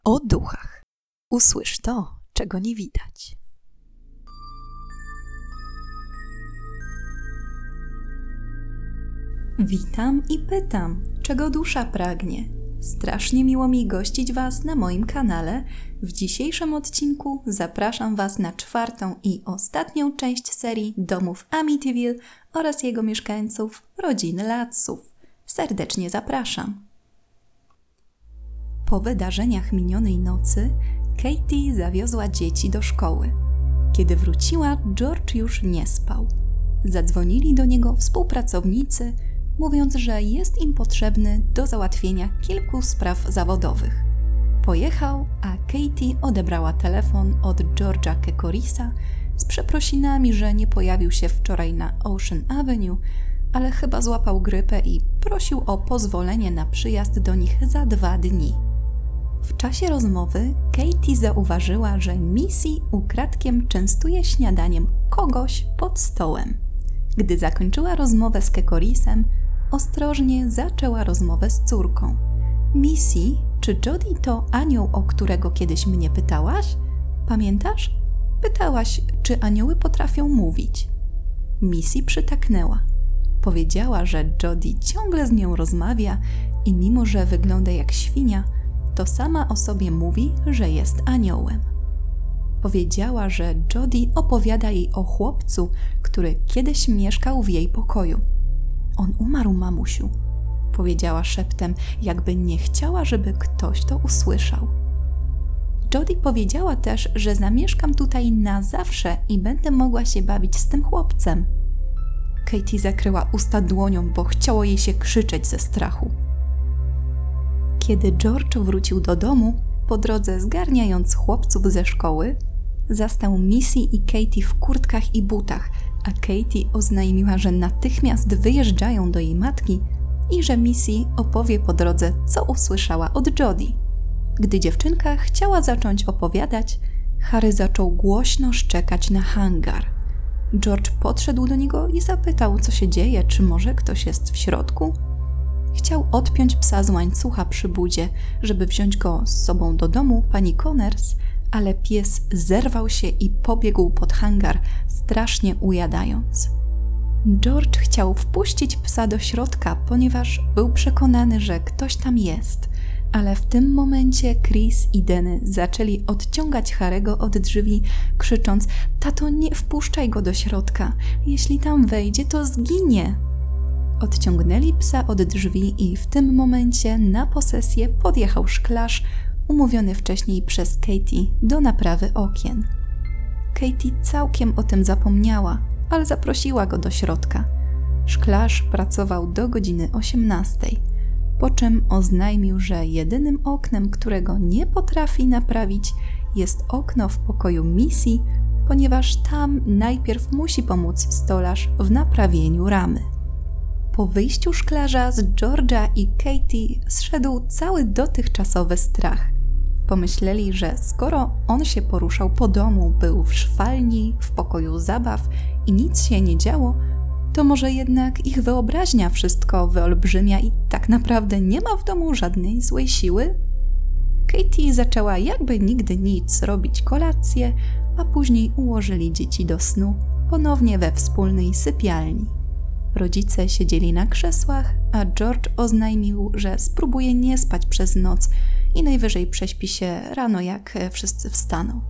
O duchach. Usłysz to, czego nie widać. Witam i pytam, czego dusza pragnie. Strasznie miło mi gościć Was na moim kanale. W dzisiejszym odcinku zapraszam Was na 4. i ostatnią część serii domów Amityville oraz jego mieszkańców, rodziny Latsów. Serdecznie zapraszam. Po wydarzeniach minionej nocy Katie zawiozła dzieci do szkoły. Kiedy wróciła, George już nie spał. Zadzwonili do niego współpracownicy, mówiąc, że jest im potrzebny do załatwienia kilku spraw zawodowych. Pojechał, a Katie odebrała telefon od George'a Kekorisa z przeprosinami, że nie pojawił się wczoraj na Ocean Avenue, ale chyba złapał grypę i prosił o pozwolenie na przyjazd do nich za 2 dni. W czasie rozmowy Katie zauważyła, że Missy ukradkiem częstuje śniadaniem kogoś pod stołem. Gdy zakończyła rozmowę z Kekorisem, ostrożnie zaczęła rozmowę z córką. Missy, czy Jody to anioł, o którego kiedyś mnie pytałaś? Pamiętasz? Pytałaś, czy anioły potrafią mówić. Missy przytaknęła. Powiedziała, że Jody ciągle z nią rozmawia i mimo, że wygląda jak świnia, to sama o sobie mówi, że jest aniołem. Powiedziała, że Jody opowiada jej o chłopcu, który kiedyś mieszkał w jej pokoju. On umarł, mamusiu, powiedziała szeptem, jakby nie chciała, żeby ktoś to usłyszał. Jody powiedziała też, że zamieszkam tutaj na zawsze i będę mogła się bawić z tym chłopcem. Katie zakryła usta dłonią, bo chciało jej się krzyczeć ze strachu. Kiedy George wrócił do domu, po drodze zgarniając chłopców ze szkoły, zastał Missy i Katie w kurtkach i butach, a Katie oznajmiła, że natychmiast wyjeżdżają do jej matki i że Missy opowie po drodze, co usłyszała od Jody. Gdy dziewczynka chciała zacząć opowiadać, Harry zaczął głośno szczekać na hangar. George podszedł do niego i zapytał, co się dzieje, czy może ktoś jest w środku? Chciał odpiąć psa z łańcucha przy budzie, żeby wziąć go z sobą do domu pani Connors, ale pies zerwał się i pobiegł pod hangar, strasznie ujadając. George chciał wpuścić psa do środka, ponieważ był przekonany, że ktoś tam jest, ale w tym momencie Chris i Denny zaczęli odciągać Harry'ego od drzwi, krzycząc: „Tato, nie wpuszczaj go do środka, jeśli tam wejdzie, to zginie”. Odciągnęli psa od drzwi i w tym momencie na posesję podjechał szklarz, umówiony wcześniej przez Katie do naprawy okien. Katie całkiem o tym zapomniała, ale zaprosiła go do środka. Szklarz pracował do godziny 18, po czym oznajmił, że jedynym oknem, którego nie potrafi naprawić, jest okno w pokoju Missy, ponieważ tam najpierw musi pomóc stolarz w naprawieniu ramy. Po wyjściu szklarza z George'a i Katie zszedł cały dotychczasowy strach. Pomyśleli, że skoro on się poruszał po domu, był w szwalni, w pokoju zabaw i nic się nie działo, to może jednak ich wyobraźnia wszystko wyolbrzymia i tak naprawdę nie ma w domu żadnej złej siły? Katie zaczęła jakby nigdy nic robić kolację, a później ułożyli dzieci do snu, ponownie we wspólnej sypialni. Rodzice siedzieli na krzesłach, a George oznajmił, że spróbuje nie spać przez noc i najwyżej prześpi się rano, jak wszyscy wstaną.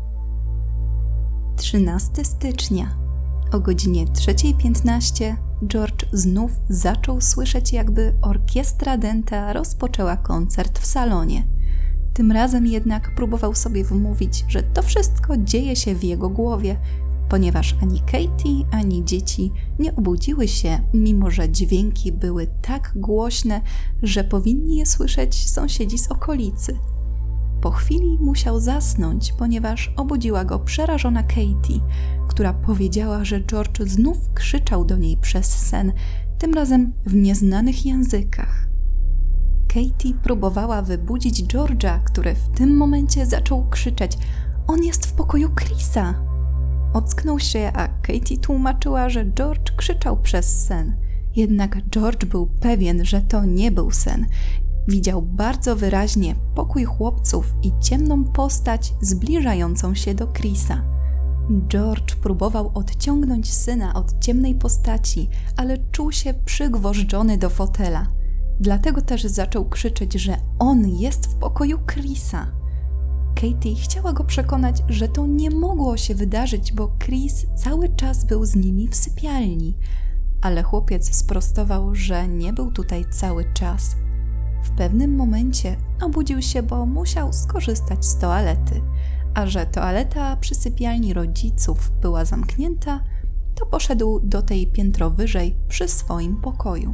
13 stycznia. O godzinie 3:15 George znów zaczął słyszeć, jakby orkiestra Denta rozpoczęła koncert w salonie. Tym razem jednak próbował sobie wmówić, że to wszystko dzieje się w jego głowie, ponieważ ani Katie, ani dzieci nie obudziły się, mimo że dźwięki były tak głośne, że powinni je słyszeć sąsiedzi z okolicy. Po chwili musiał zasnąć, ponieważ obudziła go przerażona Katie, która powiedziała, że George znów krzyczał do niej przez sen, tym razem w nieznanych językach. Katie próbowała wybudzić George'a, który w tym momencie zaczął krzyczeć: „On jest w pokoju Chrisa!” Ocknął się, a Katie tłumaczyła, że George krzyczał przez sen. Jednak George był pewien, że to nie był sen Widział bardzo wyraźnie pokój chłopców i ciemną postać zbliżającą się do Chrisa. George próbował odciągnąć syna od ciemnej postaci, ale czuł się przygwożdżony do fotela. Dlatego też zaczął krzyczeć, że on jest w pokoju Chrisa. Katie chciała go przekonać, że to nie mogło się wydarzyć, bo Chris cały czas był z nimi w sypialni. Ale chłopiec sprostował, że nie był tutaj cały czas. W pewnym momencie obudził się, bo musiał skorzystać z toalety, a że toaleta przy sypialni rodziców była zamknięta, to poszedł do tej piętro wyżej przy swoim pokoju.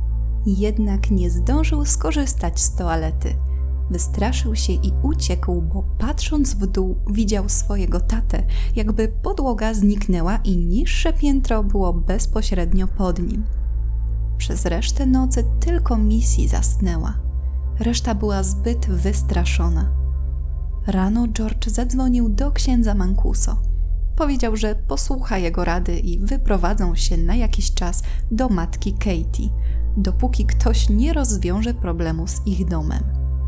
Jednak nie zdążył skorzystać z toalety. Wystraszył się i uciekł, bo patrząc w dół widział swojego tatę, jakby podłoga zniknęła i niższe piętro było bezpośrednio pod nim. Przez resztę nocy tylko Missy zasnęła. Reszta była zbyt wystraszona. Rano George zadzwonił do księdza Mancuso. Powiedział, że posłucha jego rady i wyprowadzą się na jakiś czas do matki Katie, dopóki ktoś nie rozwiąże problemu z ich domem.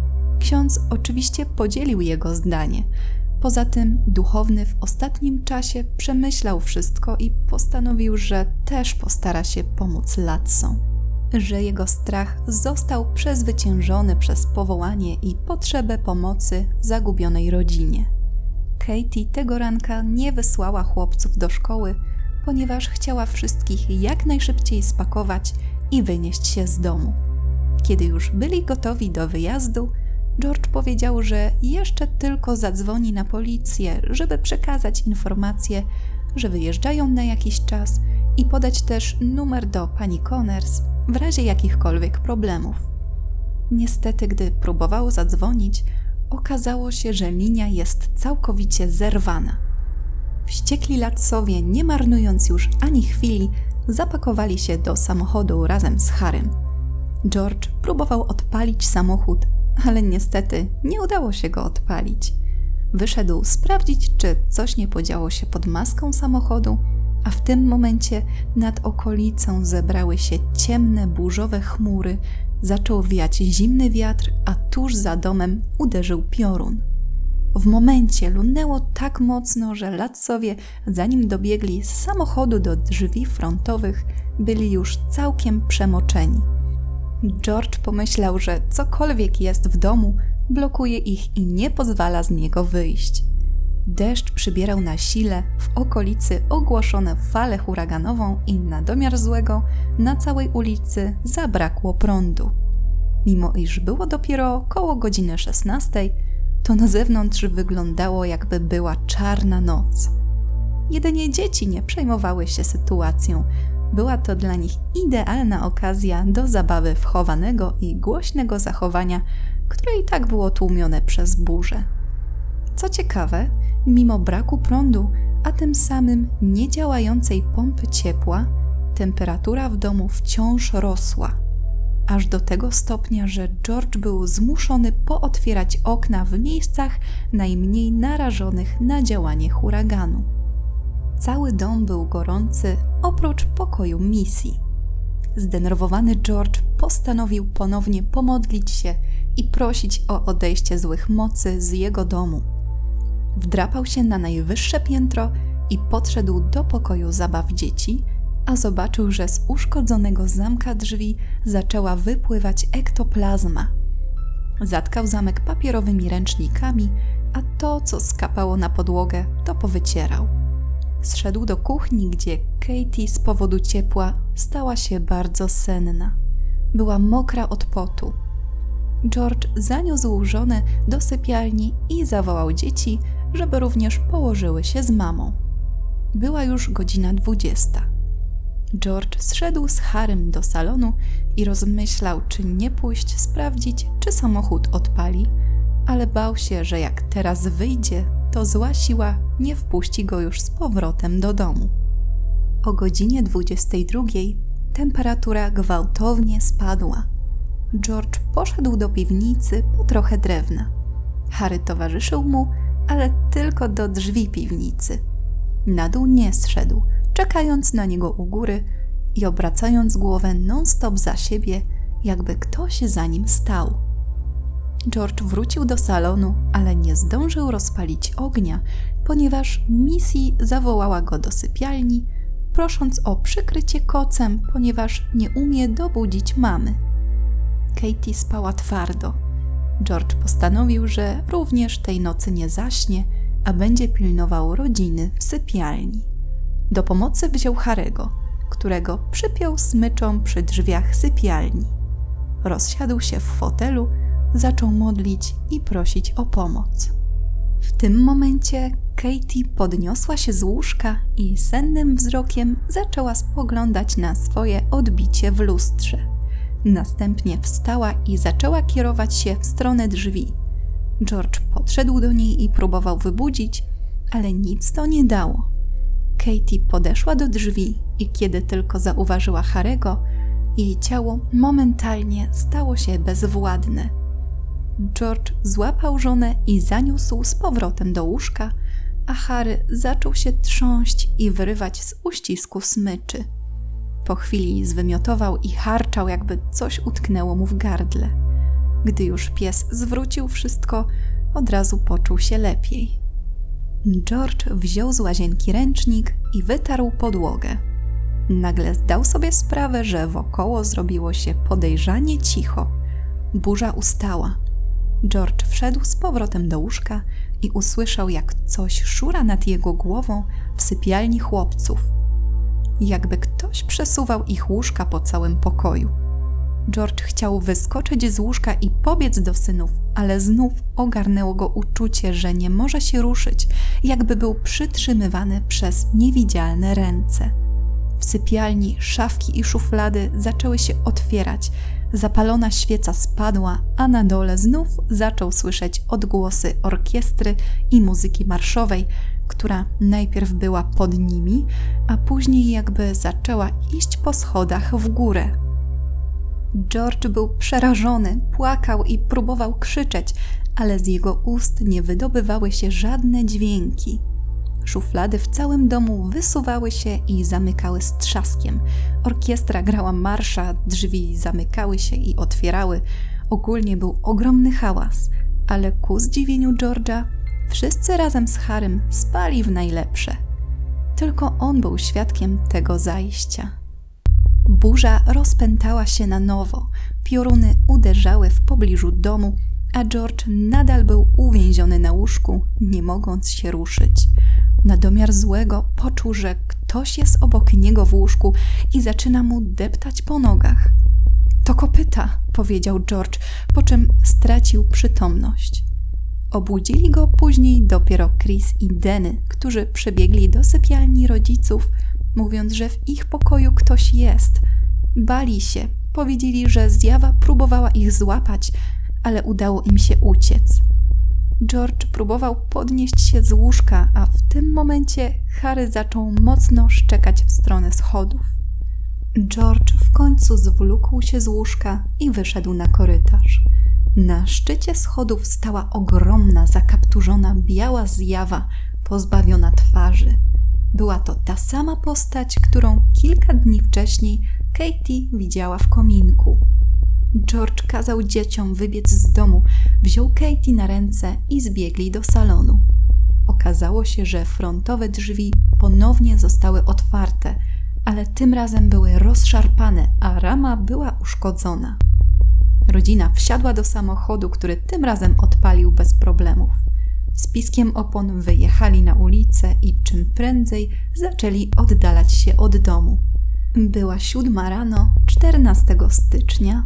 Ksiądz oczywiście podzielił jego zdanie. Poza tym duchowny w ostatnim czasie przemyślał wszystko i postanowił, że też postara się pomóc Latsom. Że jego strach został przezwyciężony przez powołanie i potrzebę pomocy zagubionej rodzinie. Katie tego ranka nie wysłała chłopców do szkoły, ponieważ chciała wszystkich jak najszybciej spakować i wynieść się z domu. Kiedy już byli gotowi do wyjazdu, George powiedział, że jeszcze tylko zadzwoni na policję, żeby przekazać informację, że wyjeżdżają na jakiś czas i podać też numer do pani Connors w razie jakichkolwiek problemów. Niestety, gdy próbował zadzwonić, okazało się, że linia jest całkowicie zerwana. Wściekli Latsowie, nie marnując już ani chwili, zapakowali się do samochodu razem z Harrym. George próbował odpalić samochód, ale niestety nie udało się go odpalić. Wyszedł sprawdzić, czy coś nie podziało się pod maską samochodu, a w tym momencie nad okolicą zebrały się ciemne, burzowe chmury, zaczął wiać zimny wiatr, a tuż za domem uderzył piorun. W momencie lunęło tak mocno, że Latsowie, zanim dobiegli z samochodu do drzwi frontowych, byli już całkiem przemoczeni. George pomyślał, że cokolwiek jest w domu, blokuje ich i nie pozwala z niego wyjść. Deszcz przybierał na sile, w okolicy ogłoszono falę huraganową i na domiar złego na całej ulicy zabrakło prądu. Mimo iż było dopiero koło godziny 16, to na zewnątrz wyglądało, jakby była czarna noc. Jedynie dzieci nie przejmowały się sytuacją. Była to dla nich idealna okazja do zabawy w chowanego i głośnego zachowania, które i tak było tłumione przez burzę. Co ciekawe, mimo braku prądu, a tym samym niedziałającej pompy ciepła, temperatura w domu wciąż rosła. Aż do tego stopnia, że George był zmuszony pootwierać okna w miejscach najmniej narażonych na działanie huraganu. Cały dom był gorący, oprócz pokoju Missy. Zdenerwowany George postanowił ponownie pomodlić się i prosić o odejście złych mocy z jego domu. Wdrapał się na najwyższe piętro i podszedł do pokoju zabaw dzieci, a zobaczył, że z uszkodzonego zamka drzwi zaczęła wypływać ektoplazma. Zatkał zamek papierowymi ręcznikami, a to, co skapało na podłogę, to powycierał. Zszedł do kuchni, gdzie Katie z powodu ciepła stała się bardzo senna. Była mokra od potu. George zaniósł żonę do sypialni i zawołał dzieci, żeby również położyły się z mamą. Była już godzina 20. George zszedł z Harrym do salonu i rozmyślał, czy nie pójść sprawdzić, czy samochód odpali, ale bał się, że jak teraz wyjdzie, to zła siła nie wpuści go już z powrotem do domu. O godzinie 22 temperatura gwałtownie spadła. George poszedł do piwnicy po trochę drewna. Harry towarzyszył mu, ale tylko do drzwi piwnicy. Na dół nie zszedł, czekając na niego u góry i obracając głowę non-stop za siebie, jakby ktoś za nim stał. George wrócił do salonu, ale nie zdążył rozpalić ognia, ponieważ Missy zawołała go do sypialni, prosząc o przykrycie kocem, ponieważ nie umie dobudzić mamy. Katie spała twardo. George postanowił, że również tej nocy nie zaśnie, a będzie pilnował rodziny w sypialni. Do pomocy wziął Harry'ego, którego przypiął smyczą przy drzwiach sypialni. Rozsiadł się w fotelu, zaczął modlić i prosić o pomoc. W tym momencie Katie podniosła się z łóżka i sennym wzrokiem zaczęła spoglądać na swoje odbicie w lustrze. Następnie wstała i zaczęła kierować się w stronę drzwi. George podszedł do niej i próbował wybudzić, ale nic to nie dało. Katie podeszła do drzwi i kiedy tylko zauważyła Harry'ego, jej ciało momentalnie stało się bezwładne. George złapał żonę i zaniósł z powrotem do łóżka, a Harry zaczął się trząść i wyrywać z uścisku smyczy. Po chwili zwymiotował i harczał, jakby coś utknęło mu w gardle. Gdy już pies zwrócił wszystko, od razu poczuł się lepiej. George wziął z łazienki ręcznik i wytarł podłogę. Nagle zdał sobie sprawę, że wokoło zrobiło się podejrzanie cicho. Burza ustała. George wszedł z powrotem do łóżka i usłyszał, jak coś szura nad jego głową w sypialni chłopców. Jakby ktoś przesuwał ich łóżka po całym pokoju. George chciał wyskoczyć z łóżka i pobiec do synów, ale znów ogarnęło go uczucie, że nie może się ruszyć, jakby był przytrzymywany przez niewidzialne ręce. W sypialni szafki i szuflady zaczęły się otwierać, zapalona świeca spadła, a na dole znów zaczął słyszeć odgłosy orkiestry i muzyki marszowej, która najpierw była pod nimi, a później jakby zaczęła iść po schodach w górę. George był przerażony, płakał i próbował krzyczeć, ale z jego ust nie wydobywały się żadne dźwięki. Szuflady w całym domu wysuwały się i zamykały z trzaskiem. Orkiestra grała marsza, drzwi zamykały się i otwierały. Ogólnie był ogromny hałas, ale ku zdziwieniu George'a wszyscy razem z Harrym spali w najlepsze. Tylko on był świadkiem tego zajścia. Burza rozpętała się na nowo, pioruny uderzały w pobliżu domu, a George nadal był uwięziony na łóżku, nie mogąc się ruszyć. Na domiar złego poczuł, że ktoś jest obok niego w łóżku i zaczyna mu deptać po nogach. To kopyta, powiedział George, po czym stracił przytomność. Obudzili go później dopiero Chris i Denny, którzy przybiegli do sypialni rodziców, mówiąc, że w ich pokoju ktoś jest. Bali się, powiedzieli, że zjawa próbowała ich złapać, ale udało im się uciec. George próbował podnieść się z łóżka, a w tym momencie Harry zaczął mocno szczekać w stronę schodów. George w końcu zwlókł się z łóżka i wyszedł na korytarz. Na szczycie schodów stała ogromna, zakapturzona, biała zjawa, pozbawiona twarzy. Była to ta sama postać, którą kilka dni wcześniej Katie widziała w kominku. George kazał dzieciom wybiec z domu, wziął Katie na ręce i zbiegli do salonu. Okazało się, że frontowe drzwi ponownie zostały otwarte, ale tym razem były rozszarpane, a rama była uszkodzona. Rodzina wsiadła do samochodu, który tym razem odpalił bez problemów. Z piskiem opon wyjechali na ulicę i czym prędzej zaczęli oddalać się od domu. Była 7 rano, 14 stycznia,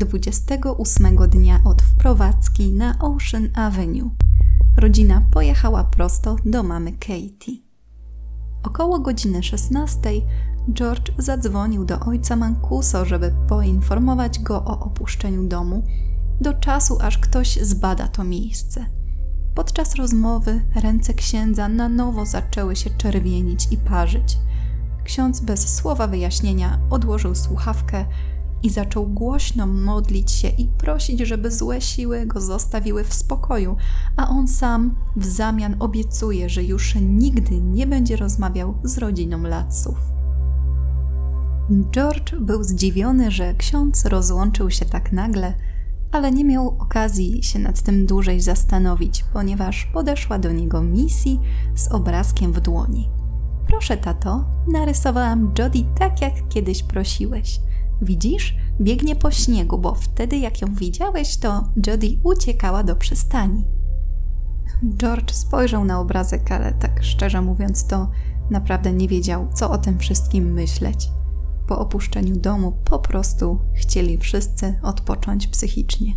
28 dnia od wprowadzki na Ocean Avenue. Rodzina pojechała prosto do mamy Katie. Około godziny 16 George zadzwonił do ojca Mancuso, żeby poinformować go o opuszczeniu domu, do czasu aż ktoś zbada to miejsce. Podczas rozmowy ręce księdza na nowo zaczęły się czerwienić i parzyć. Ksiądz bez słowa wyjaśnienia odłożył słuchawkę i zaczął głośno modlić się i prosić, żeby złe siły go zostawiły w spokoju, a on sam w zamian obiecuje, że już nigdy nie będzie rozmawiał z rodziną Latsów. George był zdziwiony, że ksiądz rozłączył się tak nagle, ale nie miał okazji się nad tym dłużej zastanowić, ponieważ podeszła do niego Missy z obrazkiem w dłoni. Proszę, tato, narysowałam Jodie tak, jak kiedyś prosiłeś. Widzisz? Biegnie po śniegu, bo wtedy jak ją widziałeś, to Jodie uciekała do przystani. George spojrzał na obrazek, ale tak szczerze mówiąc to naprawdę nie wiedział, co o tym wszystkim myśleć. Po opuszczeniu domu po prostu chcieli wszyscy odpocząć psychicznie.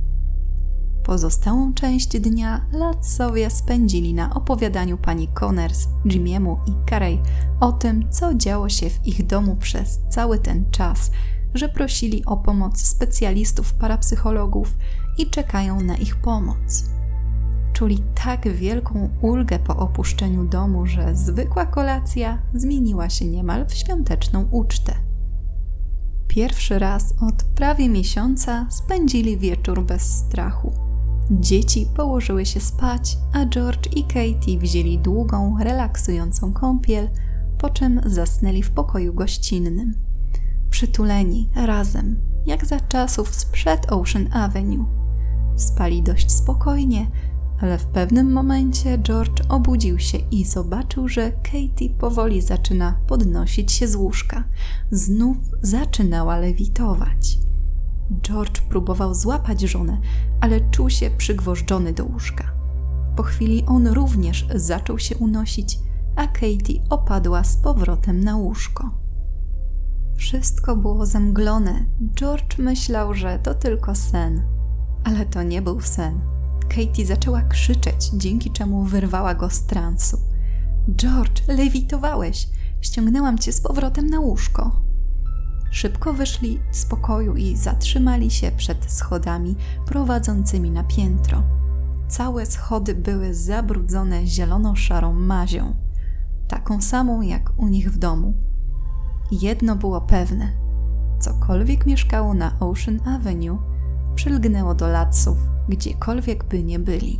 Pozostałą część dnia Ladsowie spędzili na opowiadaniu pani Connors, Jimiemu i Carey o tym, co działo się w ich domu przez cały ten czas, że prosili o pomoc specjalistów parapsychologów i czekają na ich pomoc. Czuli tak wielką ulgę po opuszczeniu domu, że zwykła kolacja zmieniła się niemal w świąteczną ucztę. Pierwszy raz od prawie miesiąca spędzili wieczór bez strachu. Dzieci położyły się spać, a George i Katie wzięli długą, relaksującą kąpiel, po czym zasnęli w pokoju gościnnym. Przytuleni, razem, jak za czasów sprzed Ocean Avenue. Spali dość spokojnie, ale w pewnym momencie George obudził się i zobaczył, że Katie powoli zaczyna podnosić się z łóżka. Znów zaczynała lewitować. George próbował złapać żonę, ale czuł się przygwożdżony do łóżka. Po chwili on również zaczął się unosić, a Katie opadła z powrotem na łóżko. Wszystko było zamglone. George myślał, że to tylko sen. Ale to nie był sen. Katie zaczęła krzyczeć, dzięki czemu wyrwała go z transu. George, lewitowałeś! Ściągnęłam cię z powrotem na łóżko. Szybko wyszli z pokoju i zatrzymali się przed schodami prowadzącymi na piętro. Całe schody były zabrudzone zielono-szarą mazią, taką samą jak u nich w domu. Jedno było pewne. Cokolwiek mieszkało na Ocean Avenue, przylgnęło do Ladsów, gdziekolwiek by nie byli.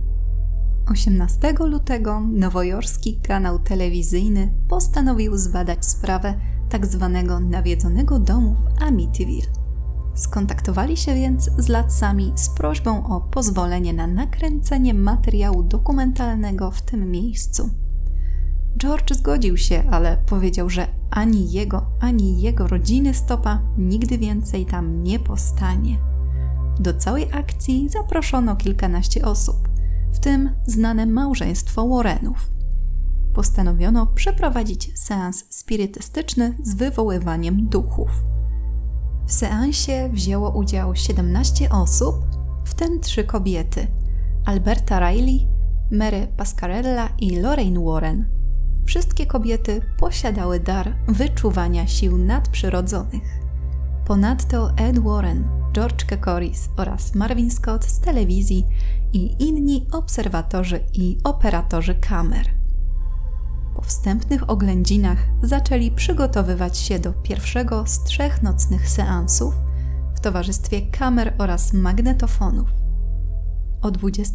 18 lutego nowojorski kanał telewizyjny postanowił zbadać sprawę tzw. nawiedzonego domu w Amityville. Skontaktowali się więc z Ladsami z prośbą o pozwolenie na nakręcenie materiału dokumentalnego w tym miejscu. George zgodził się, ale powiedział, że ani jego rodziny stopa nigdy więcej tam nie postanie. Do całej akcji zaproszono kilkanaście osób, w tym znane małżeństwo Warrenów. Postanowiono przeprowadzić seans spirytystyczny z wywoływaniem duchów. W seansie wzięło udział 17 osób, w tym 3 kobiety: Alberta Riley, Mary Pascarella i Lorraine Warren. Wszystkie kobiety posiadały dar wyczuwania sił nadprzyrodzonych. Ponadto Ed Warren, George Kekoris oraz Marvin Scott z telewizji i inni obserwatorzy i operatorzy kamer. Po wstępnych oględzinach zaczęli przygotowywać się do pierwszego z 3 nocnych seansów w towarzystwie kamer oraz magnetofonów. O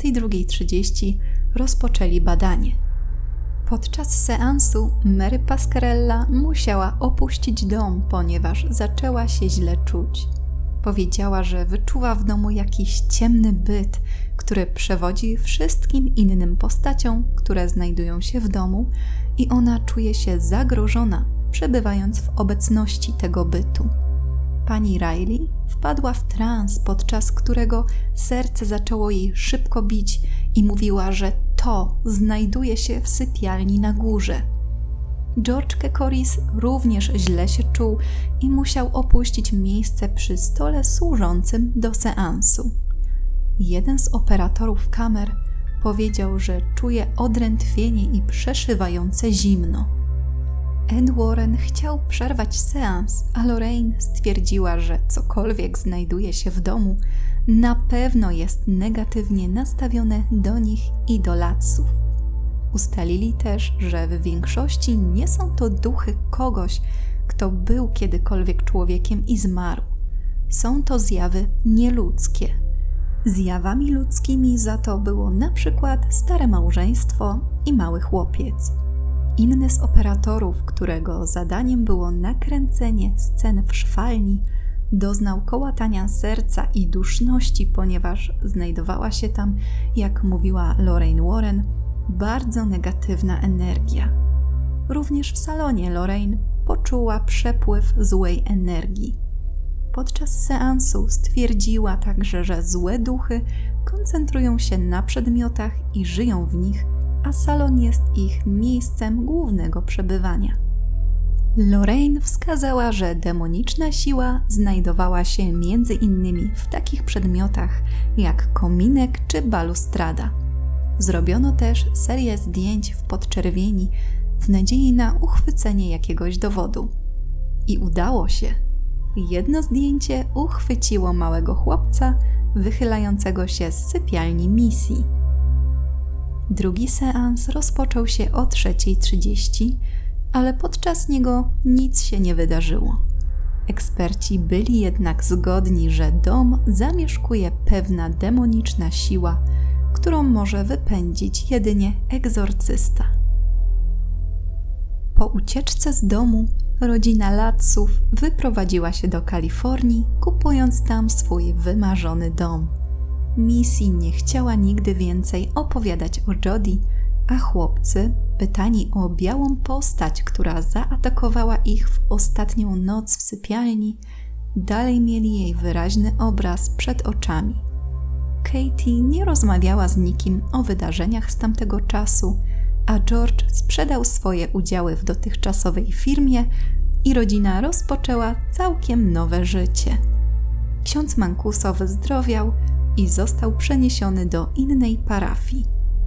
22:30 rozpoczęli badanie. Podczas seansu Mary Pascarella musiała opuścić dom, ponieważ zaczęła się źle czuć. Powiedziała, że wyczuwa w domu jakiś ciemny byt, który przewodzi wszystkim innym postaciom, które znajdują się w domu, i ona czuje się zagrożona, przebywając w obecności tego bytu. Pani Riley wpadła w trans, podczas którego serce zaczęło jej szybko bić i mówiła, że to znajduje się w sypialni na górze. George Kekoris również źle się czuł i musiał opuścić miejsce przy stole służącym do seansu. Jeden z operatorów kamer powiedział, że czuje odrętwienie i przeszywające zimno. Ed Warren chciał przerwać seans, a Lorraine stwierdziła, że cokolwiek znajduje się w domu, na pewno jest negatywnie nastawione do nich i do Ladsów. Ustalili też, że w większości nie są to duchy kogoś, kto był kiedykolwiek człowiekiem i zmarł. Są to zjawy nieludzkie. Zjawami ludzkimi za to było na przykład stare małżeństwo i mały chłopiec. inny z operatorów, którego zadaniem było nakręcenie scen w szwalni, doznał kołatania serca i duszności, ponieważ znajdowała się tam, jak mówiła Lorraine Warren, bardzo negatywna energia. Również w salonie Lorraine poczuła przepływ złej energii. Podczas seansu stwierdziła także, że złe duchy koncentrują się na przedmiotach i żyją w nich, a salon jest ich miejscem głównego przebywania. Lorraine wskazała, że demoniczna siła znajdowała się m.in. w takich przedmiotach jak kominek czy balustrada. Zrobiono też serię zdjęć w podczerwieni w nadziei na uchwycenie jakiegoś dowodu. I udało się. Jedno zdjęcie uchwyciło małego chłopca wychylającego się z sypialni misji. Drugi seans rozpoczął się o 3:30, ale podczas niego nic się nie wydarzyło. Eksperci byli jednak zgodni, że dom zamieszkuje pewna demoniczna siła, którą może wypędzić jedynie egzorcysta. Po ucieczce z domu rodzina Latsów wyprowadziła się do Kalifornii, kupując tam swój wymarzony dom. Missy nie chciała nigdy więcej opowiadać o Jodie, a chłopcy, pytani o białą postać, która zaatakowała ich w ostatnią noc w sypialni, dalej mieli jej wyraźny obraz przed oczami. Katie nie rozmawiała z nikim o wydarzeniach z tamtego czasu, a George sprzedał swoje udziały w dotychczasowej firmie i rodzina rozpoczęła całkiem nowe życie. Ksiądz Mancuso wyzdrowiał i został przeniesiony do innej parafii.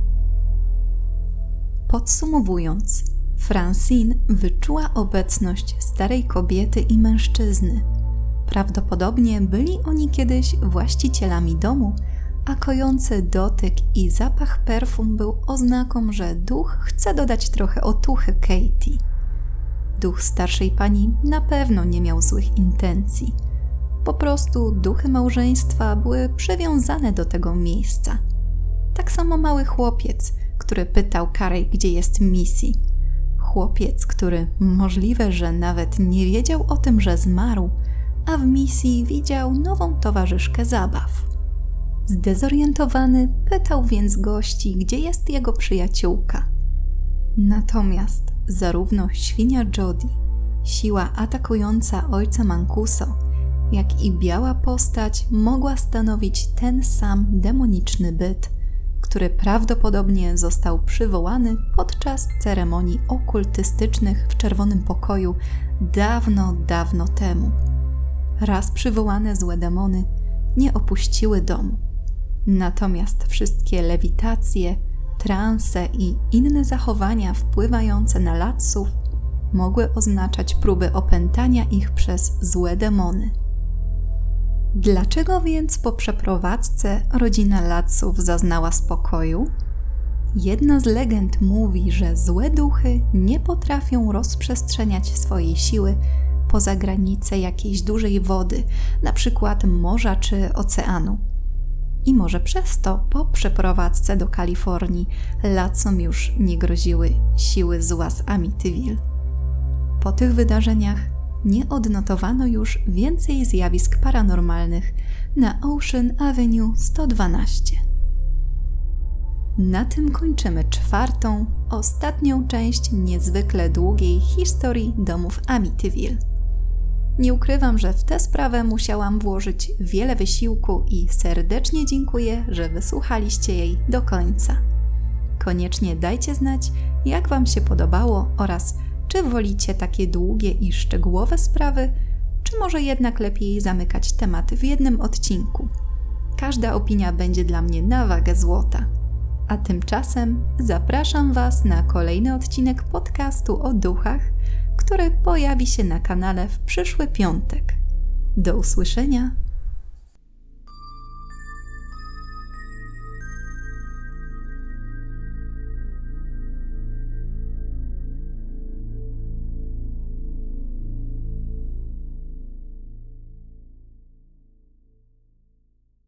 Podsumowując, Francine wyczuła obecność starej kobiety i mężczyzny. Prawdopodobnie byli oni kiedyś właścicielami domu, a kojący dotyk i zapach perfum był oznaką, że duch chce dodać trochę otuchy Katie. Duch starszej pani na pewno nie miał złych intencji. Po prostu duchy małżeństwa były przywiązane do tego miejsca. Tak samo mały chłopiec, który pytał Carey, gdzie jest Missy. Chłopiec, który możliwe, że nawet nie wiedział o tym, że zmarł, a w Missy widział nową towarzyszkę zabaw. Zdezorientowany pytał więc gości, gdzie jest jego przyjaciółka. Natomiast zarówno świnia Jodie, siła atakująca ojca Mancuso, jak i biała postać mogła stanowić ten sam demoniczny byt, który prawdopodobnie został przywołany podczas ceremonii okultystycznych w Czerwonym Pokoju dawno, dawno temu. Raz przywołane złe demony nie opuściły domu. Natomiast wszystkie lewitacje, transe i inne zachowania wpływające na Latsów mogły oznaczać próby opętania ich przez złe demony. Dlaczego więc po przeprowadzce rodzina Latsów zaznała spokoju? Jedna z legend mówi, że złe duchy nie potrafią rozprzestrzeniać swojej siły poza granice jakiejś dużej wody, na przykład morza czy oceanu. I może przez to po przeprowadzce do Kalifornii Latsom już nie groziły siły zła z Amityville. Po tych wydarzeniach nie odnotowano już więcej zjawisk paranormalnych na Ocean Avenue 112. Na tym kończymy 4., ostatnią część niezwykle długiej historii domów Amityville. Nie ukrywam, że w tę sprawę musiałam włożyć wiele wysiłku i serdecznie dziękuję, że wysłuchaliście jej do końca. Koniecznie dajcie znać, jak Wam się podobało oraz czy wolicie takie długie i szczegółowe sprawy, czy może jednak lepiej zamykać temat w jednym odcinku. Każda opinia będzie dla mnie na wagę złota. A tymczasem zapraszam Was na kolejny odcinek podcastu o duchach, który pojawi się na kanale w przyszły piątek. Do usłyszenia!